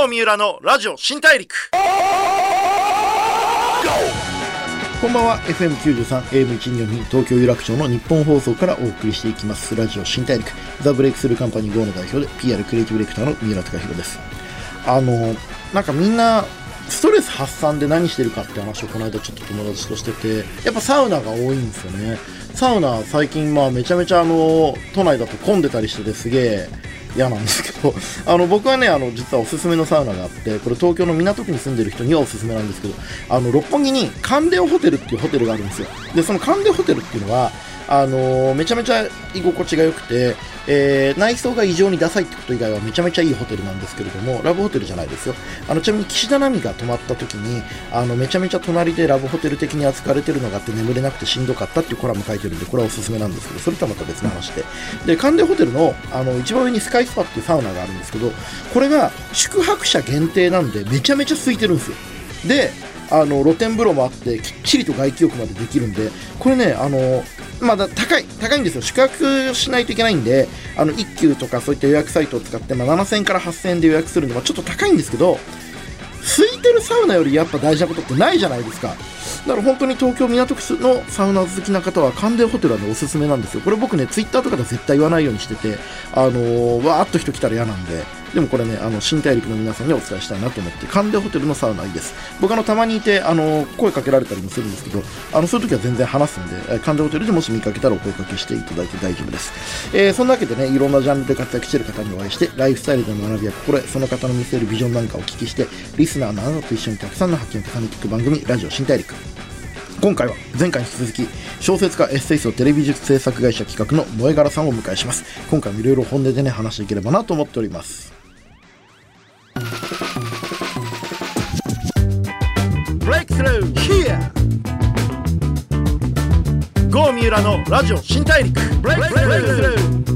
郷三浦のラジオ新大陸。こんばんは。 FM93 AM124 東京有楽町の日本放送からお送りしていきますラジオ新大陸、ザ・ブレイクスルーカンパニー GO の代表で PR クリエイティブディレクターの三浦貴大です。なんかみんなストレス発散で何してるかって話をこの間ちょっと友達としてて、やっぱサウナが多いんですよね。サウナ最近めちゃめちゃ都内だと混んでたりしててすげえ嫌なんですけど、僕はね実はおすすめのサウナがあって、これ東京の港区に住んでる人にはおすすめなんですけど、六本木にカンデオホテルっていうホテルがあるんですよ。でそのカンデオホテルっていうのはめちゃめちゃ居心地が良くて、内装が異常にダサいってこと以外はめちゃめちゃいいホテルなんですけれども、ラブホテルじゃないですよ。ちなみに岸田奈美が泊まった時にめちゃめちゃ隣でラブホテル的に扱われてるのがあって眠れなくてしんどかったっていうコラム書いてるんで、これはおすすめなんですけど、それとはまた別の話で、カンデホテルの一番上にスカイスパっていうサウナがあるんですけど、これが宿泊者限定なんでめちゃめちゃ空いてるんですよ。で露天風呂もあってきっちりと外気浴までできるんで、これねまだ高いんですよ。宿泊しないといけないんで、一休とかそういった予約サイトを使って、7000円から8000円で予約するのはちょっと高いんですけど、空いてるサウナよりやっぱ大事なことってないじゃないですか。だから本当に東京港区のサウナ好きな方はカンデホテルはねおすすめなんですよ。これ僕ねツイッターとかでは絶対言わないようにしてて、わーっと人来たら嫌なんで、でもこれね新大陸の皆さんにお伝えしたいなと思って、カンデホテルのサウナいいです。僕たまにいて声かけられたりもするんですけど、そういう時は全然話すんで、カンデホテルでもし見かけたらお声かけしていただいて大丈夫です。そんなわけでね、いろんなジャンルで活躍している方にお会いして、ライフスタイルでの学びや心得、その方の見せるビジョンなんかをお聞きして、リスナーのあなたと一緒にたくさんの発見を重ねていく番組、ラジオ新大陸。今回は前回に引き続き小説家エッセイストテレビ術制作会社企画の萌え柄さんをお迎えします。今回もいろいろ本音でね話していければなと思っております。Breakthrough here 郷三浦のラジオ新大陸 Breakthrough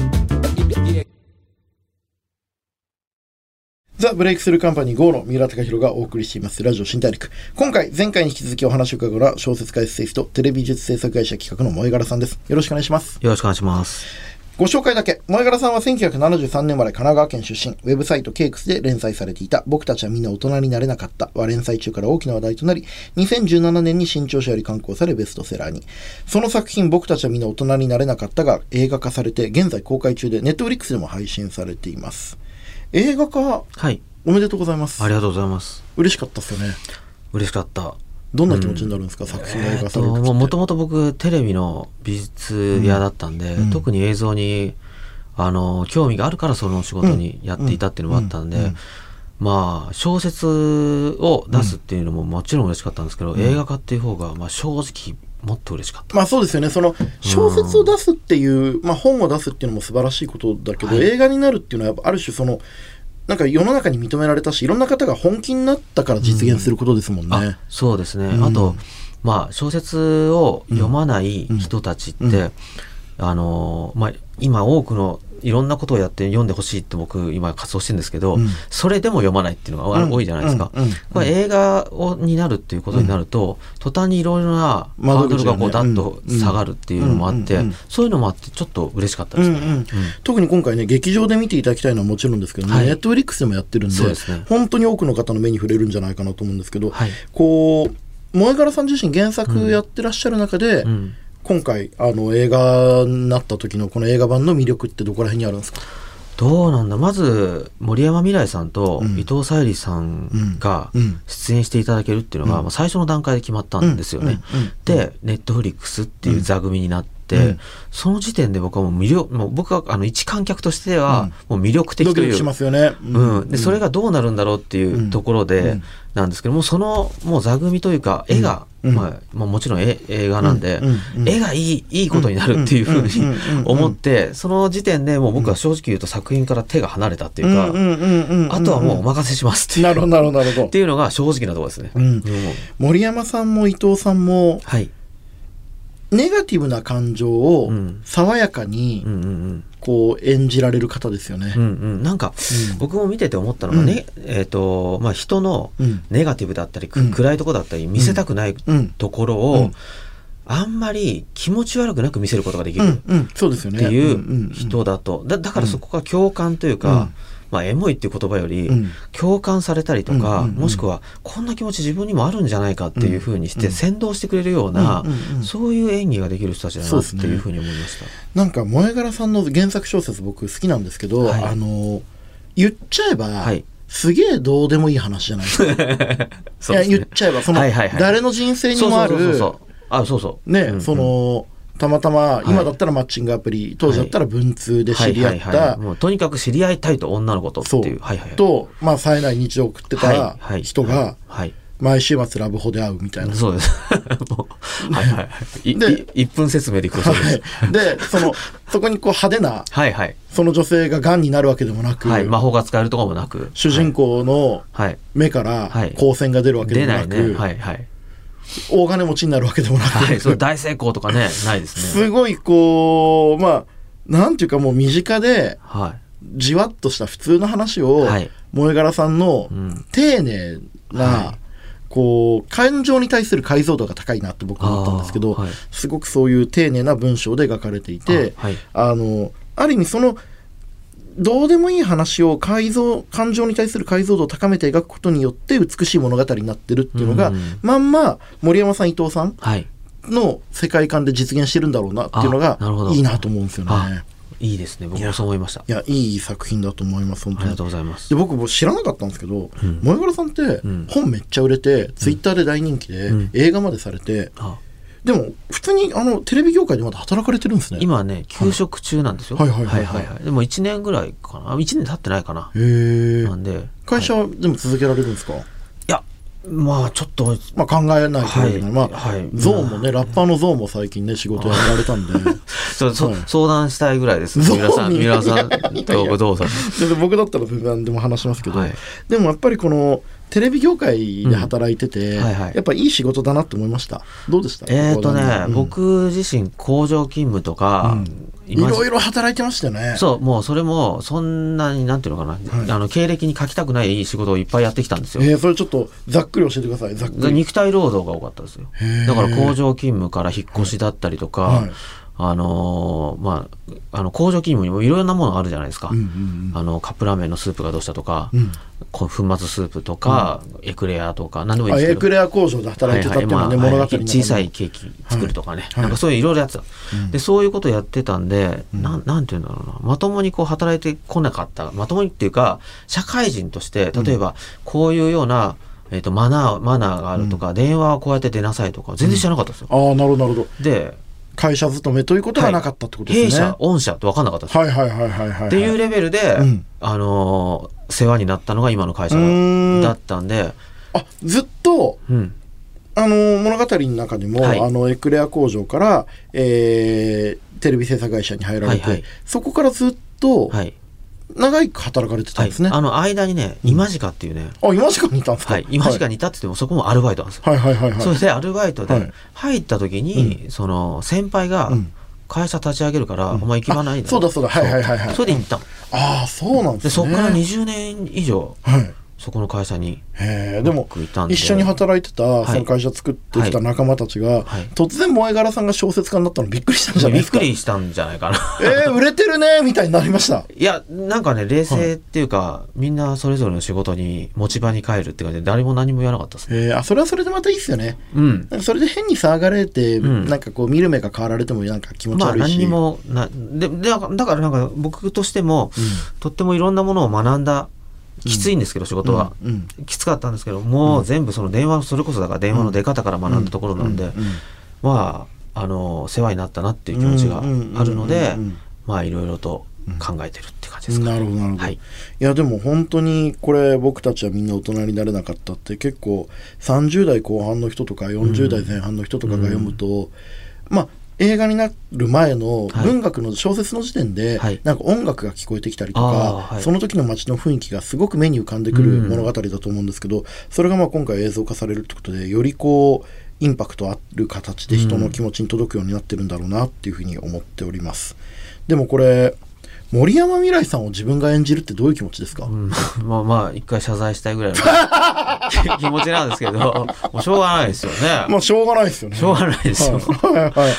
ザ・ブレイクスルーカンパニー GO の三浦貴大がお送りしていますラジオ新大陸。今回前回に引き続きお話を伺うのは小説家エッセイストテレビ術制作会社企画の萌え柄さんです。よろしくお願いします。 よろしくお願いします。 ご紹介だけ。萌え柄さんは1973年生まれ神奈川県出身。ウェブサイトケイクスで連載されていた僕たちはみんな大人になれなかったは連載中から大きな話題となり、2017年に新潮社より刊行されベストセラーに。その作品僕たちはみんな大人になれなかったが映画化されて現在公開中でネットフリックスでも配信されています。映画化、 はい、 おめでとうございます。 ありがとうございます。 嬉しかったっすよね。 嬉しかった。 どんな気持ちになるんですか、作品が映画されるときって。 もともと僕テレビの美術屋だったんで、特に映像に興味があるからその仕事にやっていたっていうのもあったんで、まあ小説を出すっていうのももちろん嬉しかったんですけど、映画化っていう方が正直もっと嬉しかった。 まあそうですよね。その小説を出すっていう、本を出すっていうのも素晴らしいことだけど、映画になるっていうのはやっぱある種なんか世の中に認められたし、いろんな方が本気になったから実現することですもんね。 そうですね。あと小説を読まない人たちって、今多くのいろんなことをやって読んでほしいって僕今活動してるんですけど、それでも読まないっていうのが多いじゃないですか。これ映画になるっていうことになると、途端にいろいろなハードルがダッと下がるっていうのもあって、そういうのもあってちょっと嬉しかったですね。 特に今回ね劇場で見ていただきたいのはもちろんですけどね、ネットフリックスでもやってるんで、本当に多くの方の目に触れるんじゃないかなと思うんですけど、こう萌え柄さん自身原作やってらっしゃる中で、今回映画になった時のこの映画版の魅力ってどこら辺にあるんですか？ どうなんだ。まず森山未來さんと伊藤沙莉さんが出演していただけるっていうのが最初の段階で決まったんですよね。でネットフリックスっていう座組になって、その時点で僕はもう僕は一観客としてはもう魅力的という、 しますよね。 でそれがどうなるんだろうっていうところでなんですけども、もう座組というか絵がもちろん映画なんで、絵がいいことになるっていうふうに思って、その時点でもう僕は正直言うと作品から手が離れたっていうか、あとはもうお任せしますっていう、っていうのが正直なところですね。 森山さんも伊藤さんも、ネガティブな感情を爽やかにこう演じられる方ですよね。 なんか僕も見てて思ったのがね、人のネガティブだったり、暗いところだったり見せたくないところをあんまり気持ち悪くなく見せることができるそうですよねっていう人だと、だからそこが共感というか、まあ、エモいっていう言葉より共感されたりとか、もしくはこんな気持ち自分にもあるんじゃないかっていうふうにして先導してくれるような、そういう演技ができる人たちだなっていうふうに思いました。 なんか萌柄さんの原作小説僕好きなんですけど、言っちゃえば、すげえどうでもいい話じゃないですか。いや言っちゃえばその、誰の人生にもあるそのたまたま今だったらマッチングアプリ、当時だったら文通で知り合った、 もうとにかく知り合いたいと女の子とっていうと、まあ冴えない日常を送ってた人が毎週末ラブホで会うみたいな。 そうですで1分説明でいくとでそこにこう派手なその女性ががんになるわけでもなく、 魔法が使えるとかもなく、 主人公の目から光線が出るわけでもなく、大金持ちになるわけでもなく、 そう大成功とかねないですね。 すごいこうまあなんていうかもう身近でじわっとした普通の話を、萌柄さんの丁寧なこう感情に対する解像度が高いなって僕は思ったんですけど、すごくそういう丁寧な文章で描かれていて、ある意味そのどうでもいい話を感情に対する解像度を高めて描くことによって美しい物語になってるっていうのが、まんま森山さん伊藤さんの世界観で実現してるんだろうなっていうのがいいなと思うんですよね。 いいですね、僕もそう思いました。 いやいい作品だと思います本当に。 ありがとうございます。 で僕も知らなかったんですけど、萌柄さんって本めっちゃ売れて、ツイッターで大人気で、映画までされて、でも普通にテレビ業界でまだ働かれてるんですね。 今ね休職中なんですよ。でも1年ぐらいかな、1年経ってないかな。なんで会社でも続けられるんですか？ いやまあちょっと、 まあ、考えないといけない、ゾウもね、ラッパーのゾウも最近ね仕事やられたんで相談したいぐらいです。三浦さんとゾウさん僕だったら何でも話しますけど、でもやっぱりこのテレビ業界で働いてて、やっぱいい仕事だなって思いました。どうでした？ 僕自身工場勤務とか、 いろいろ働いてましたよね。 もうそれもそんなになんていうのかな、経歴に書きたくない仕事をいっぱいやってきたんですよ。 それちょっとざっくり教えてください。ざっくり。 肉体労働が多かったですよ。だから工場勤務から引っ越しだったりとか、工場勤務にもいろんなものがあるじゃないですか。カップラーメンのスープがどうしたとか、粉末スープとか、エクレアとか何でもいいんですけど、 エクレア工場で働いてたっていうのはね、物語に小さいケーキ作るとかね、なんかそういういろいろやってた、でそういうことをやってたんで、なんていうんだろうな、まともにこう働いてこなかった、まともにっていうか社会人として例えばこういうようなマナーがあるとか、電話はこうやって出なさいとか全然知らなかったですよ。 なるほど。 で会社勤めということがなかったってことですね。 弊社御社って分かんなかったですっていうレベルで、世話になったのが今の会社だったんで、 ずっと、物語の中にも、エクレア工場から、テレビ制作会社に入られて、そこからずっと、長く働かれてたんですね。 間にね、今時っていうね、 今時にいたんですか？ 今時にいたって言ってもそこもアルバイトなんですよ。それでアルバイトで入った時に、その先輩が会社立ち上げるから、お前行き場ないんだ。 そうだ。それで行ったの。そうなんですね。 そこから20年以上、そこの会社に。 でも一緒に働いてたその会社作ってきた仲間たちが、突然萌柄さんが小説家になったのびっくりしたんじゃないですか？ びっくりしたんじゃないかな。 売れてるねみたいになりました。 いやなんかね、冷静っていうか、みんなそれぞれの仕事に持ち場に帰るって感じで誰も何も言わなかったですね。それはそれでまたいいですよね。なんかそれで変に騒がれて、なんかこう見る目が変わられてもなんか気持ち悪いし、何にもだからなんか僕としても、とってもいろんなものを学んだ。きついんですけど仕事は、きつかったんですけど、もう全部その電話、それこそだから電話の出方から学んだところなんで、世話になったなっていう気持ちがあるので、いろいろと考えてるって感じですかね。 なるほど。いやでも本当にこれ僕たちはみんな大人になれなかったって、結構30代後半の人とか40代前半の人とかが読むと、映画になる前の文学の小説の時点で、なんか音楽が聞こえてきたりとか、その時の街の雰囲気がすごく目に浮かんでくる物語だと思うんですけど、それが今回映像化されるってことで、よりこうインパクトある形で人の気持ちに届くようになってるんだろうなっていうふうに思っております。でもこれ森山未來さんを自分が演じるってどういう気持ちですか？ まあ一回謝罪したいぐらいの気持ちなんですけど、もうしょうがないですよね。 まあしょうがないですよね。 しょうがないですよ。はいはいはい、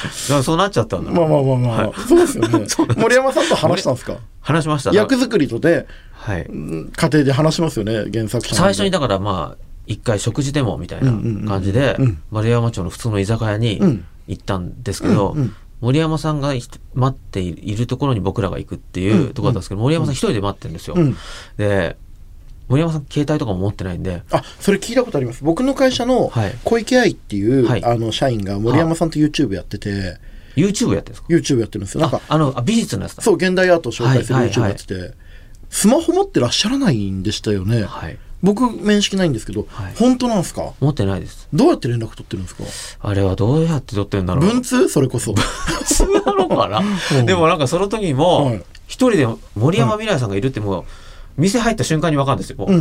そうなっちゃったんだ。 まあ、はい、そうですよね。森山さんと話したんですか？ 話しました。 役作りとで、 はい、 家庭で話しますよね、原作者。 最初にだからまあ一回食事でもみたいな感じで丸山町の普通の居酒屋に行ったんですけど、森山さんが待っているところに僕らが行くっていうところだったんですけど、森山さん一人で待ってるんですよ。で森山さん携帯とかも持ってないんで。 それ聞いたことあります。僕の会社の小池愛っていう、社員が森山さんと YouTube やってて。 YouTube やってるんですか？ YouTube やってるんですよ。なんか美術のやつだ。 そう、現代アートを紹介する YouTube やってて、スマホ持ってらっしゃらないんでしたよね。僕面識ないんですけど、本当なんですか？ 持ってないです。 どうやって連絡取ってるんですか？ あれはどうやって取ってるんだろう。 文通？それこそ文通なのかなでもなんかその時も一人で森山未來さんがいるってもう店入った瞬間に分かるんですよ。もう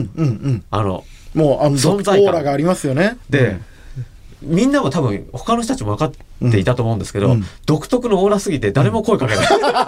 存在感オーラがありますよね。 で、みんなも多分他の人たちも分かっていたと思うんですけど、独特のオーラすぎて誰も声かけない。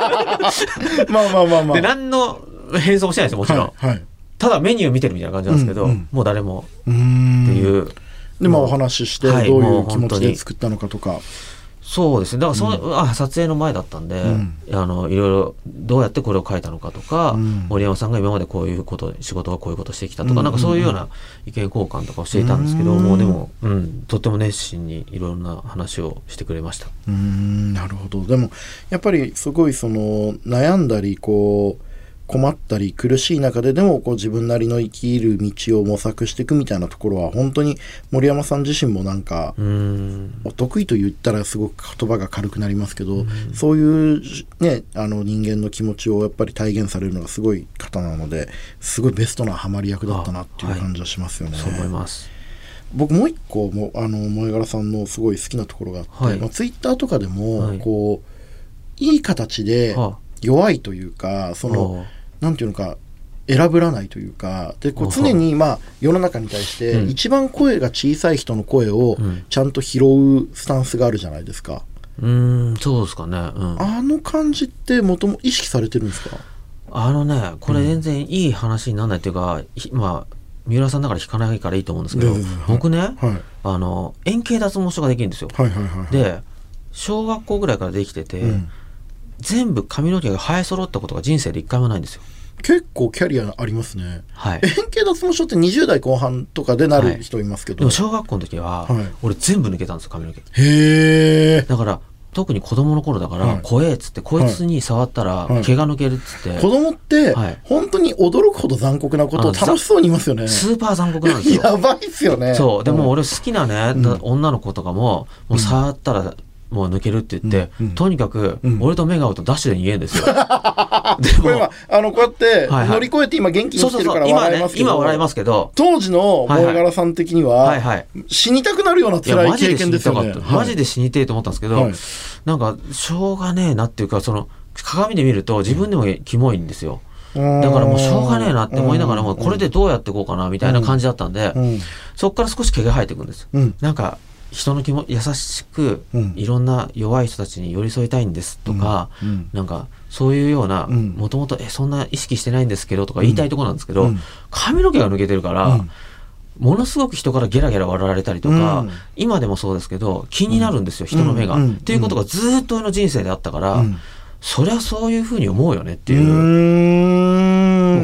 で何の変装もしてないですよ、もちろん。ただメニュー見てるみたいな感じなんですけど、もう誰もっていう。 でお話ししてどういう気持ちで作ったのかとか。 そうですね。だから撮影の前だったんで、いろいろどうやってこれを書いたのかとか、森山さんが今までこういうこと仕事はこういうことしてきたとか、なんかそういうような意見交換とかをしていたんですけど、もうでも、とっても熱心にいろんな話をしてくれました。 なるほど。でもやっぱりすごい悩んだり困ったり苦しい中ででも自分なりの生きる道を模索していくみたいなところは本当に森山さん自身もなんかお得意と言ったらすごく言葉が軽くなりますけど、そういうね人間の気持ちをやっぱり体現されるのがすごい方なので、すごいベストなハマり役だったなっていう感じはしますよね。 そう思います。 僕もう一個萌柄さんのすごい好きなところがあって、ツイッターとかでもいい形で弱いというかなんていうのか選ぶらないというかで常に世の中に対して一番声が小さい人の声をちゃんと拾うスタンスがあるじゃないですか。 そうですかね。 あの感じってもとも意識されてるんですか？ これ全然いい話にならないというか、三浦さんだから引かないからいいと思うんですけど、僕ね、円形脱毛症ができるんですよ。で小学校ぐらいからできてて、全部髪の毛が生え揃ったことが人生で一回もないんですよ。 結構キャリアありますね。円形脱毛症って20代後半とかでなる人いますけど、 でも小学校の時は、俺全部抜けたんですよ、髪の毛。だから特に子供の頃だから怖えっつってこいつに触ったら毛が抜けるっつって、 子供って本当に驚くほど残酷なことを楽しそうに言いますよね。 スーパー残酷なんですよ。 やばいっすよね。 そうでも俺好きなね、女の子とかもう触ったらもう抜けるって言って、とにかく俺と目が合うとダッシュで逃げるんですよ。でもこうやって乗り越えて今元気に生きてるから笑いますけど、 今笑いますけど、 当時の萌柄さん的には死にたくなるような辛い経験ですよね。 マジで死にてえと思ったんですけど、なんかしょうがねえなっていうか、鏡で見ると自分でもキモいんですよ。だからもうしょうがねえなって思いながらも、これでどうやっていこうかなみたいな感じだったんで、そこから少し毛が生えていくんです。なんか人の優しくいろんな弱い人たちに寄り添いたいんですとか、なんかそういうような、もともとそんな意識してないんですけどとか言いたいところなんですけど、髪の毛が抜けてるから、ものすごく人からゲラゲラ笑われたりとか、今でもそうですけど気になるんですよ、人の目が、っていうことがずっと俺の人生であったから、そりゃそういうふうに思うよねっていう、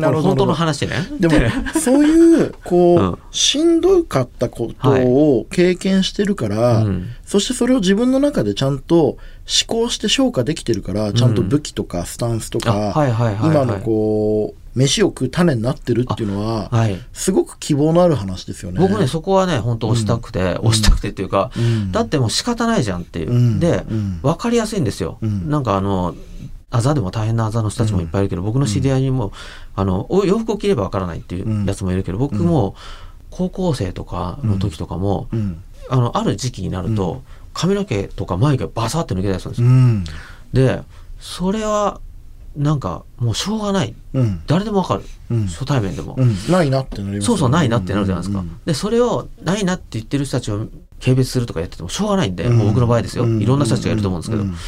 本当の話ね。 でもそういうしんどかったことを経験してるから、そしてそれを自分の中でちゃんと思考して消化できてるから、ちゃんと武器とかスタンスとか今の飯を食う種になってるっていうのは、すごく希望のある話ですよね。 僕ねそこはね本当押したくてっていうか、だってもう仕方ないじゃんっていう、で分かりやすいんですよ。なんかあざでも大変なあざの人たちもいっぱいいるけど、僕の知り合いにも洋服を着ればわからないっていうやつもいるけど、僕も高校生とかの時とかも、ある時期になると髪の毛とか眉毛がバサッて抜けたりするんですよ。でそれはなんかもうしょうがない、誰でもわかる、初対面でも、 ないなってなります。 そうないなってなるじゃないですか。でそれをないなって言ってる人たちを軽蔑するとかやっててもしょうがないんで、もう僕の場合ですよ、いろんな人たちがいると思うんですけど、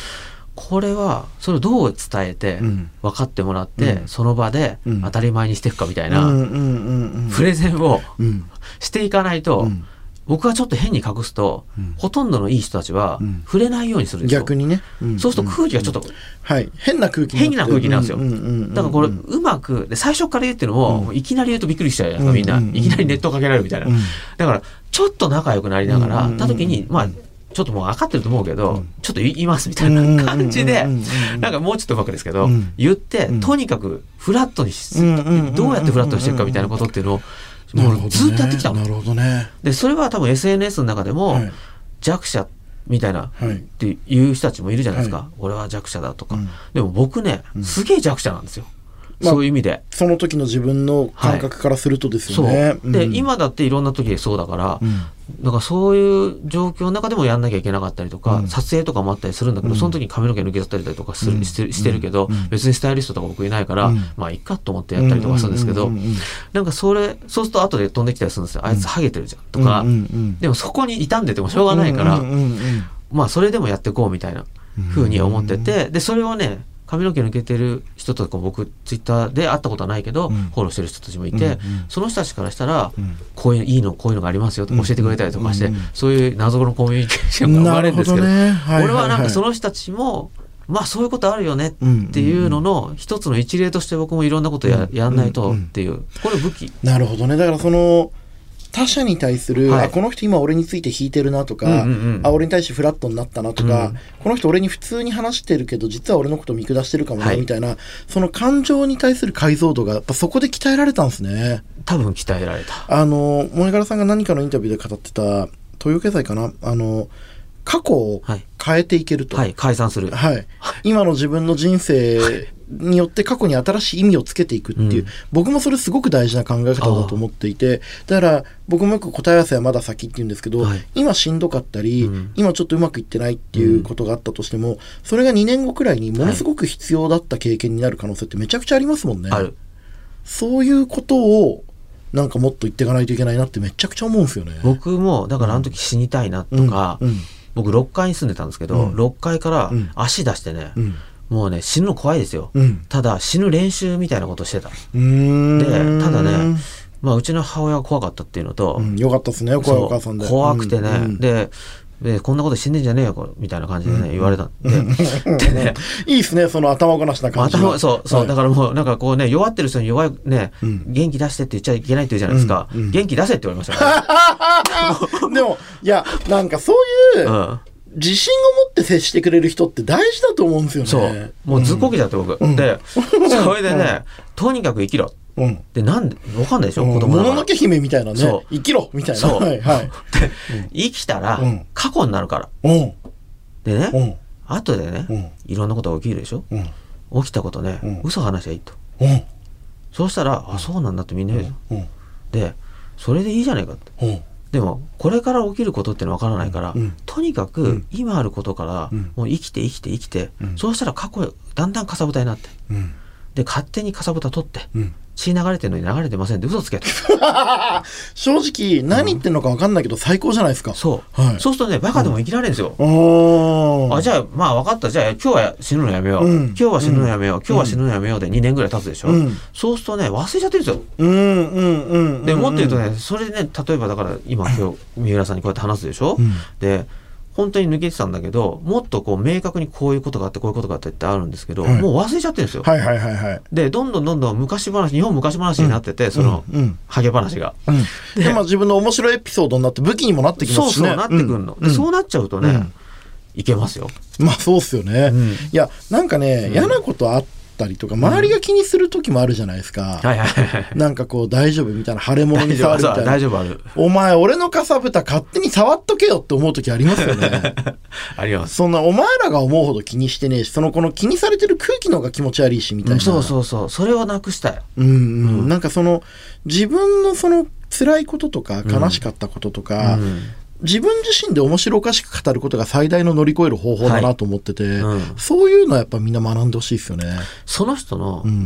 これはそれをどう伝えて分かってもらって、その場で当たり前にしていくかみたいなプレゼンをしていかないと、僕はちょっと変に隠すと、ほとんどのいい人たちは触れないようにするんですよ。 逆にね、 そうすると空気がちょっと、 変な空気になんですよ。だからこれうまくで最初から言ってるのも、いきなり言うとびっくりしちゃうじゃないですか、みんな。いきなりネットかけられるみたいな。だからちょっと仲良くなりながらた時に、まあちょっともう分かってると思うけど、ちょっと言いますみたいな感じで、なんかもうちょっとうまくですけど、言って、とにかくフラットにどうやってフラットにしていくかみたいなことっていうのをもうずっとやってきたの。 なるほどね。 でそれは多分 SNS の中でも、弱者みたいなっていう人たちもいるじゃないですか。俺は弱者だとか。でも僕ね、すげえ弱者なんですよ。そういう意味で、 その時の自分の感覚からするとですよね。 で今だっていろんな時でそうだから、だからそういう状況の中でもやんなきゃいけなかったりとか、撮影とかもあったりするんだけど、その時に髪の毛抜けちゃったりとかしてるけど、別にスタイリストとか僕いないから、まあいいかと思ってやったりとかするんですけど、なんかそうすると後で飛んできたりするんですよ。あいつハゲてるじゃんとか、でもそこに傷んでてもしょうがないから、まあそれでもやっていこうみたいなふうに思ってて、でそれをね、髪の毛抜けてる人とか僕ツイッターで会ったことはないけど、フォローしてる人たちもいて、その人たちからしたら、こういうこういうのがありますよって教えてくれたりとかして、そういう謎のコミュニケーションが生まれるんですけど、俺はなんかその人たちもまあそういうことあるよねっていうのの一つの一例として、僕もいろんなことやんないとっていう、これ武器。 なるほどね。だからその他者に対する、この人今俺について引いてるなとか、俺に対してフラットになったなとか、この人俺に普通に話してるけど実は俺のこと見下してるかもなみたいな、その感情に対する解像度がやっぱそこで鍛えられたんですね。 多分鍛えられた。 森柄さんが何かのインタビューで語ってた東洋経済かな、過去を変えていけると、 解散する、 今の自分の人生によって過去に新しい意味をつけていくっていう、僕もそれすごく大事な考え方だと思っていて、だから僕もよく答え合わせはまだ先って言うんですけど、今しんどかったり、今ちょっとうまくいってないっていうことがあったとしても、それが2年後くらいにものすごく必要だった経験になる可能性ってめちゃくちゃありますもんね。そういうことをなんかもっと言っていかないといけないなってめちゃくちゃ思うんですよね。 僕もだからあの時死にたいなとか、僕6階に住んでたんですけど、6階から足出してね、もうね死ぬの怖いですよ、ただ死ぬ練習みたいなことをしてた。でただね、まあ、うちの母親は怖かったっていうのと、 よかったですね、怖いお母さんで。 怖くてね、でこんなこと死んでんじゃねえよみたいな感じでね、言われたんで、でねいいですね、その頭ごなしな感じが。 そうだからもうなんかこうね、弱ってる人に元気出してって言っちゃいけないって言うじゃないですか、元気出せって言われましたからでもいやなんかそういう、自信を持って接してくれる人って大事だと思うんですよね。 そうもうずっこけちゃって僕、でそれでね、とにかく生きろ、でなんで分かんないでしょ、子供だから。もののけ姫みたいなね、生きろみたいな。で生きたら過去になるから、でね、後でね、いろんなことが起きるでしょ、起きたことね、嘘話しゃいいと、そうしたらあそうなんだってみんな言うじゃん、でそれでいいじゃないかって、でもこれから起きることってのは分からないから、とにかく今あることからもう生きて、そうしたら過去だんだんかさぶたになって、で勝手にかさぶた取って、血流れてるのに流れてませんって嘘つけと正直何言ってんのか分かんないけど最高じゃないですか。 そうするとね、バカでも生きられるんですよ。じゃあまあ分かった、じゃあ今日は死ぬのやめよう、今日は死ぬのやめよう、今日は死ぬのやめようで2年ぐらい経つでしょ、そうするとね忘れちゃってるんですよ。でもっと言うとね、それでね、例えばだから今三浦さんにこうやって話すでしょ、で本当に抜けてたんだけど、もっとこう明確にこういうことがあってこういうことがあってってあるんですけど、もう忘れちゃってるんですよ。でどんどん昔話、日本昔話になってて、そのハゲ話が、 で自分の面白いエピソードになって武器にもなってきますしね。 そうなってくるの、でそうなっちゃうとね、いけますよ。 まあそうっすよね、いやなんかね、嫌なことあったりとか周りが気にする時もあるじゃないですか、なんかこう大丈夫みたいな、腫れ物に触るみたいな、 大丈夫ある、 お前俺のかさぶた勝手に触っとけよって思う時ありますよねあります。 そんなお前らが思うほど気にしてねえし、そのこの気にされてる空気の方が気持ち悪いしみたいな、 それをなくしたい。 なんかその自分のその辛いこととか悲しかったこととか、自分自身で面白おかしく語ることが最大の乗り越える方法だなと思ってて、そういうのはやっぱみんな学んでほしいですよね。 その人の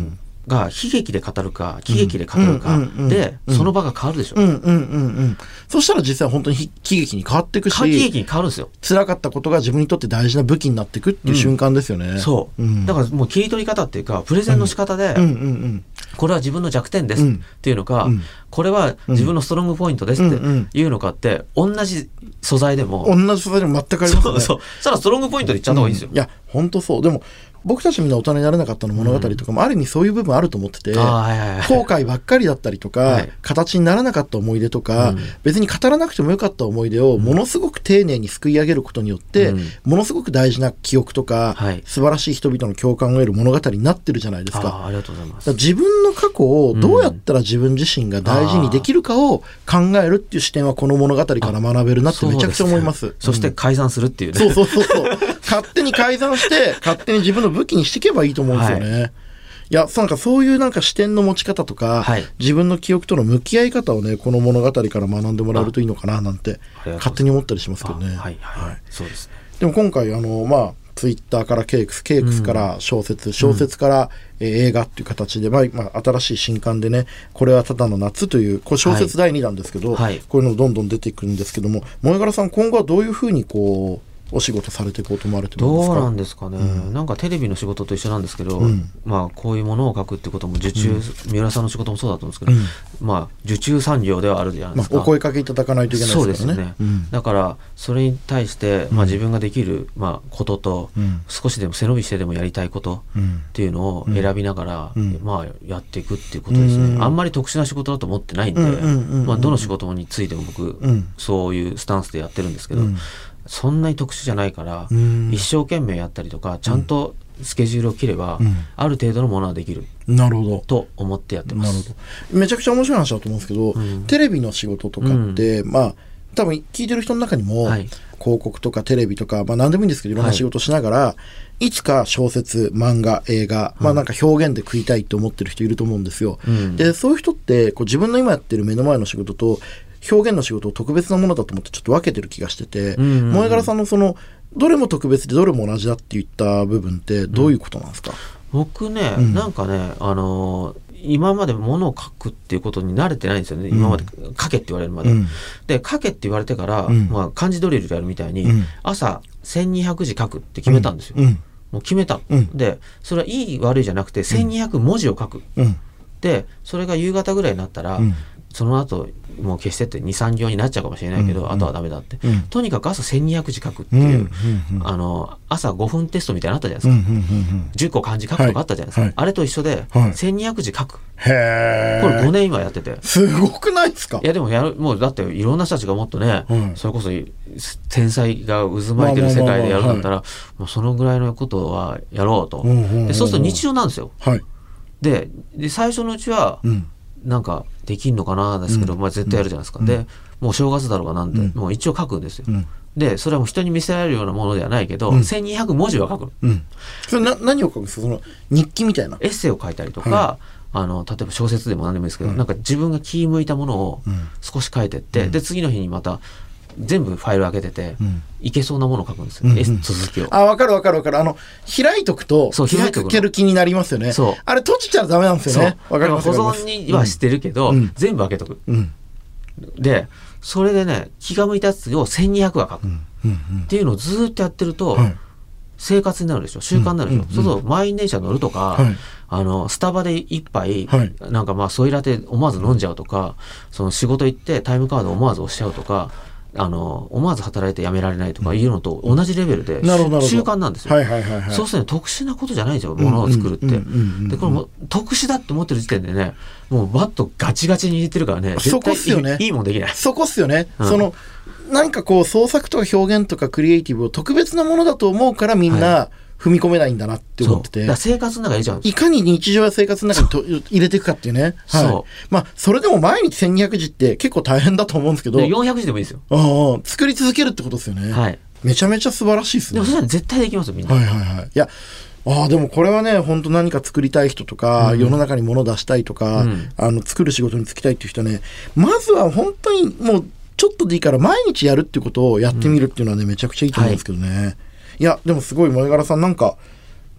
が悲劇で語るか喜劇で語るかでその場が変わるでしょ。 そしたら実際本当に悲劇に変わっていくし、 悲劇に変わるんですよ。 辛かったことが自分にとって大事な武器になっていくっていう瞬間ですよね。 そう、だからもう切り取り方っていうかプレゼンの仕方で、これは自分の弱点ですっていうのか、これは自分のストロングポイントですっていうのかって、同じ素材でも全くありますね。 そうそしたらストロングポイントで言っちゃった方がいいですよ。 いや本当そう。でも僕たちみんな大人になれなかったの物語とかもある意味そういう部分あると思ってて、後悔ばっかりだったりとか、形にならなかった思い出とか、別に語らなくてもよかった思い出をものすごく丁寧にすくい上げることによって、ものすごく大事な記憶とか、素晴らしい人々の共感を得る物語になってるじゃないですか。 ありがとうございます。 自分の過去をどうやったら自分自身が大事にできるかを考えるっていう視点はこの物語から学べるなってめちゃくちゃ思います。 そして改ざんするっていうね。 そう勝手に改ざんして勝手に自分の武器にしていけばいいと思うんですよね。いやなんかそういうなんか視点の持ち方とか、自分の記憶との向き合い方をねこの物語から学んでもらえるといいのかななんて勝手に思ったりしますけどね。 そうですね。 でも今回ツイッターからケイクスから小説から映画っていう形で、新しい新刊でね、これはただの夏というこれ小説第2弾ですけど、こういうのどんどん出てくるんですけども、萌柄さん今後はどういうふうにお仕事されていこうと思われてるんですか？ どうなんですかね、なんかテレビの仕事と一緒なんですけど、こういうものを書くってことも受注、三浦さんの仕事もそうだと思うんですけど、受注産業ではあるじゃないですか。 お声かけいただかないといけないですからね。 そうですね、だからそれに対して、自分ができる、ことと、少しでも背伸びしてでもやりたいことっていうのを選びながら、やっていくっていうことですね。あんまり特殊な仕事だと思ってないんで、どの仕事についても僕、そういうスタンスでやってるんですけど、そんなに特殊じゃないから、一生懸命やったりとかちゃんとスケジュールを切れば、ある程度のものはできると思ってやってます。 なるほど。めちゃくちゃ面白い話だと思うんですけど、テレビの仕事とかって、多分聞いてる人の中にも、広告とかテレビとか、何でもいいんですけどいろんな仕事しながら、いつか小説漫画映画、なんか表現で食いたいと思ってる人いると思うんですよ。でそういう人って自分の今やってる目の前の仕事と表現の仕事を特別なものだと思ってちょっと分けてる気がしてて、萌柄さんのどれも特別でどれも同じだって言った部分ってどういうことなんですか？ 僕ね、なんかね、今まで物を書くっていうことに慣れてないんですよね。今まで書けって言われるまで、で書けって言われてから、漢字ドリルでやるみたいに、朝1200字書くって決めたんですよ。もう決めた、でそれはいい悪いじゃなくて1200文字を書く、でそれが夕方ぐらいになったら、その後もう消してって 2,3 行になっちゃうかもしれないけど、あとはダメだって、とにかく朝1200字書くっていう、朝5分テストみたいなのあったじゃないですか、10個漢字書くとかあったじゃないですか、あれと一緒で、1200字書く、これ5年今やっててすごくないですか？ いやでももうだっていろんな人たちがもっとね、それこそ天才が渦巻いてる世界でやるんだったら、もうそのぐらいのことはやろうと、でそうすると日常なんですよ、で最初のうちは、なんかできんのかなですけど、絶対やるじゃないですか、でもう正月だろうがなんで、もう一応書くんですよ、でそれはもう人に見せられるようなものではないけど、1200文字は書く、 それ何を書くんですか？その日記みたいなエッセイを書いたりとか、例えば小説でも何でもいいですけど、なんか自分が気向いたものを少し書いてって、で次の日にまた全部ファイル開けてて、いけそうなものを書くんですよ、続きを。 分かる開いとくと続ける気になりますよね。あれ閉じちゃダメなんですよね。 保存にはしてるけど、全部開けとく、でそれでね気が向いたやつを1200は書く、っていうのをずっとやってると、生活になるでしょ、習慣になるでしょ、そうすると満員電車乗るとか、スタバで一杯、なんかソイラテ思わず飲んじゃうとか、その仕事行ってタイムカード思わず押しちゃうとか、思わず働いて辞められないとかいうのと同じレベルで習慣なんですよ。そうすると特殊なことじゃないんですよ、ものを作るって。でこれも特殊だって思ってる時点でね、もうバットガチガチに握ってるからね、絶対いいもんできない。 そこっすよね。何か創作とか表現とかクリエイティブを特別なものだと思うからみんな踏み込めないんだなって思ってて、 だから生活の中に入れちゃうんですよ。 いかに日常や生活の中に入れていくかっていうね。それでも毎日1200字って結構大変だと思うんですけど、 400字でもいいですよ。 作り続けるってことですよね。めちゃめちゃ素晴らしいですね。 でもそれは絶対できますよみんな。 いやでもこれはね本当何か作りたい人とか、世の中に物出したいとか、作る仕事に就きたいっていう人はね、まずは本当にもうちょっとでいいから毎日やるっていうことをやってみるっていうのはね、めちゃくちゃいいと思うんですけどね。いやでもすごい萌柄さん、なんか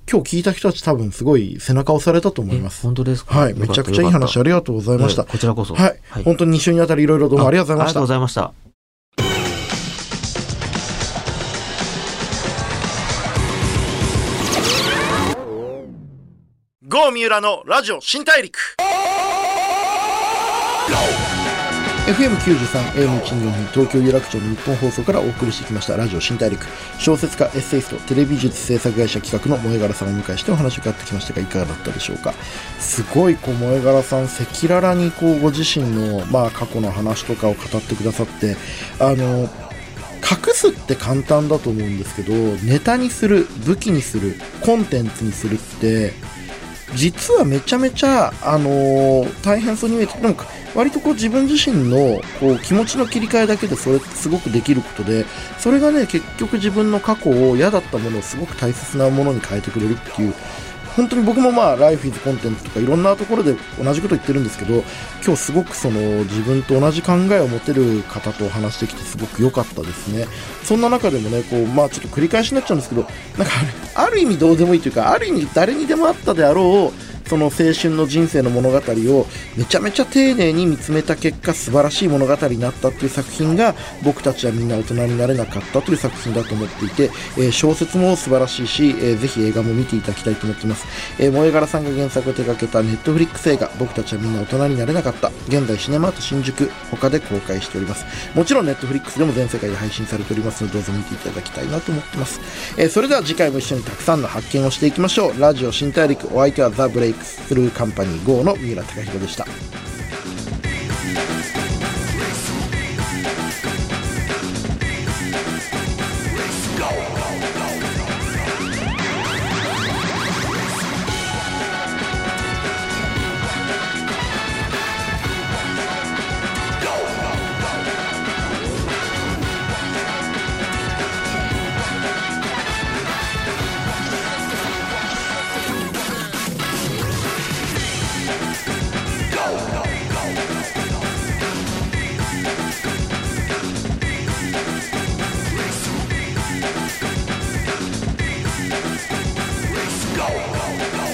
今日聞いた人たち多分すごい背中を押されたと思います。 本当ですか。 はい、めちゃくちゃいい話ありがとうございました。 こちらこそ。 はい、本当に2週にあたりいろいろどうもありがとうございました。 ありがとうございました。 郷三浦のラジオ新大陸。FM93 AM142 東京有楽町の日本放送からお送りしてきましたラジオ新大陸。小説家、エッセイスト、テレビ術制作会社企画の萌柄さんをお迎えしてお話を伺ってきましたが、いかがだったでしょうか。すごい萌柄さん赤裸々にご自身の、過去の話とかを語ってくださって、隠すって簡単だと思うんですけど、ネタにする、武器にする、コンテンツにするって実はめちゃめちゃ、大変そうに見えて、なんか割と自分自身の気持ちの切り替えだけでそれすごくできることで、それがね結局自分の過去を嫌だったものをすごく大切なものに変えてくれるっていう、本当に僕もLife is Contentとかいろんなところで同じこと言ってるんですけど、今日すごく自分と同じ考えを持てる方とお話してきてすごく良かったですね。そんな中でもねちょっと繰り返しになっちゃうんですけど、なんかある意味どうでもいいというか、ある意味誰にでもあったであろうその青春の人生の物語をめちゃめちゃ丁寧に見つめた結果、素晴らしい物語になったっていう作品が、僕たちはみんな大人になれなかったという作品だと思っていて、小説も素晴らしいし、ぜひ映画も見ていただきたいと思っています。萌柄さんが原作を手掛けたネットフリックス映画、僕たちはみんな大人になれなかった、現在シネマート新宿他で公開しております。もちろんネットフリックスでも全世界で配信されておりますので、どうぞ見ていただきたいなと思ってます。それでは次回も一緒にたくさんの発見をしていきましょう。ラジオ新大陸、お相手はザ・ブレイクスルーカンパニー GO の三浦貴大でした。Go!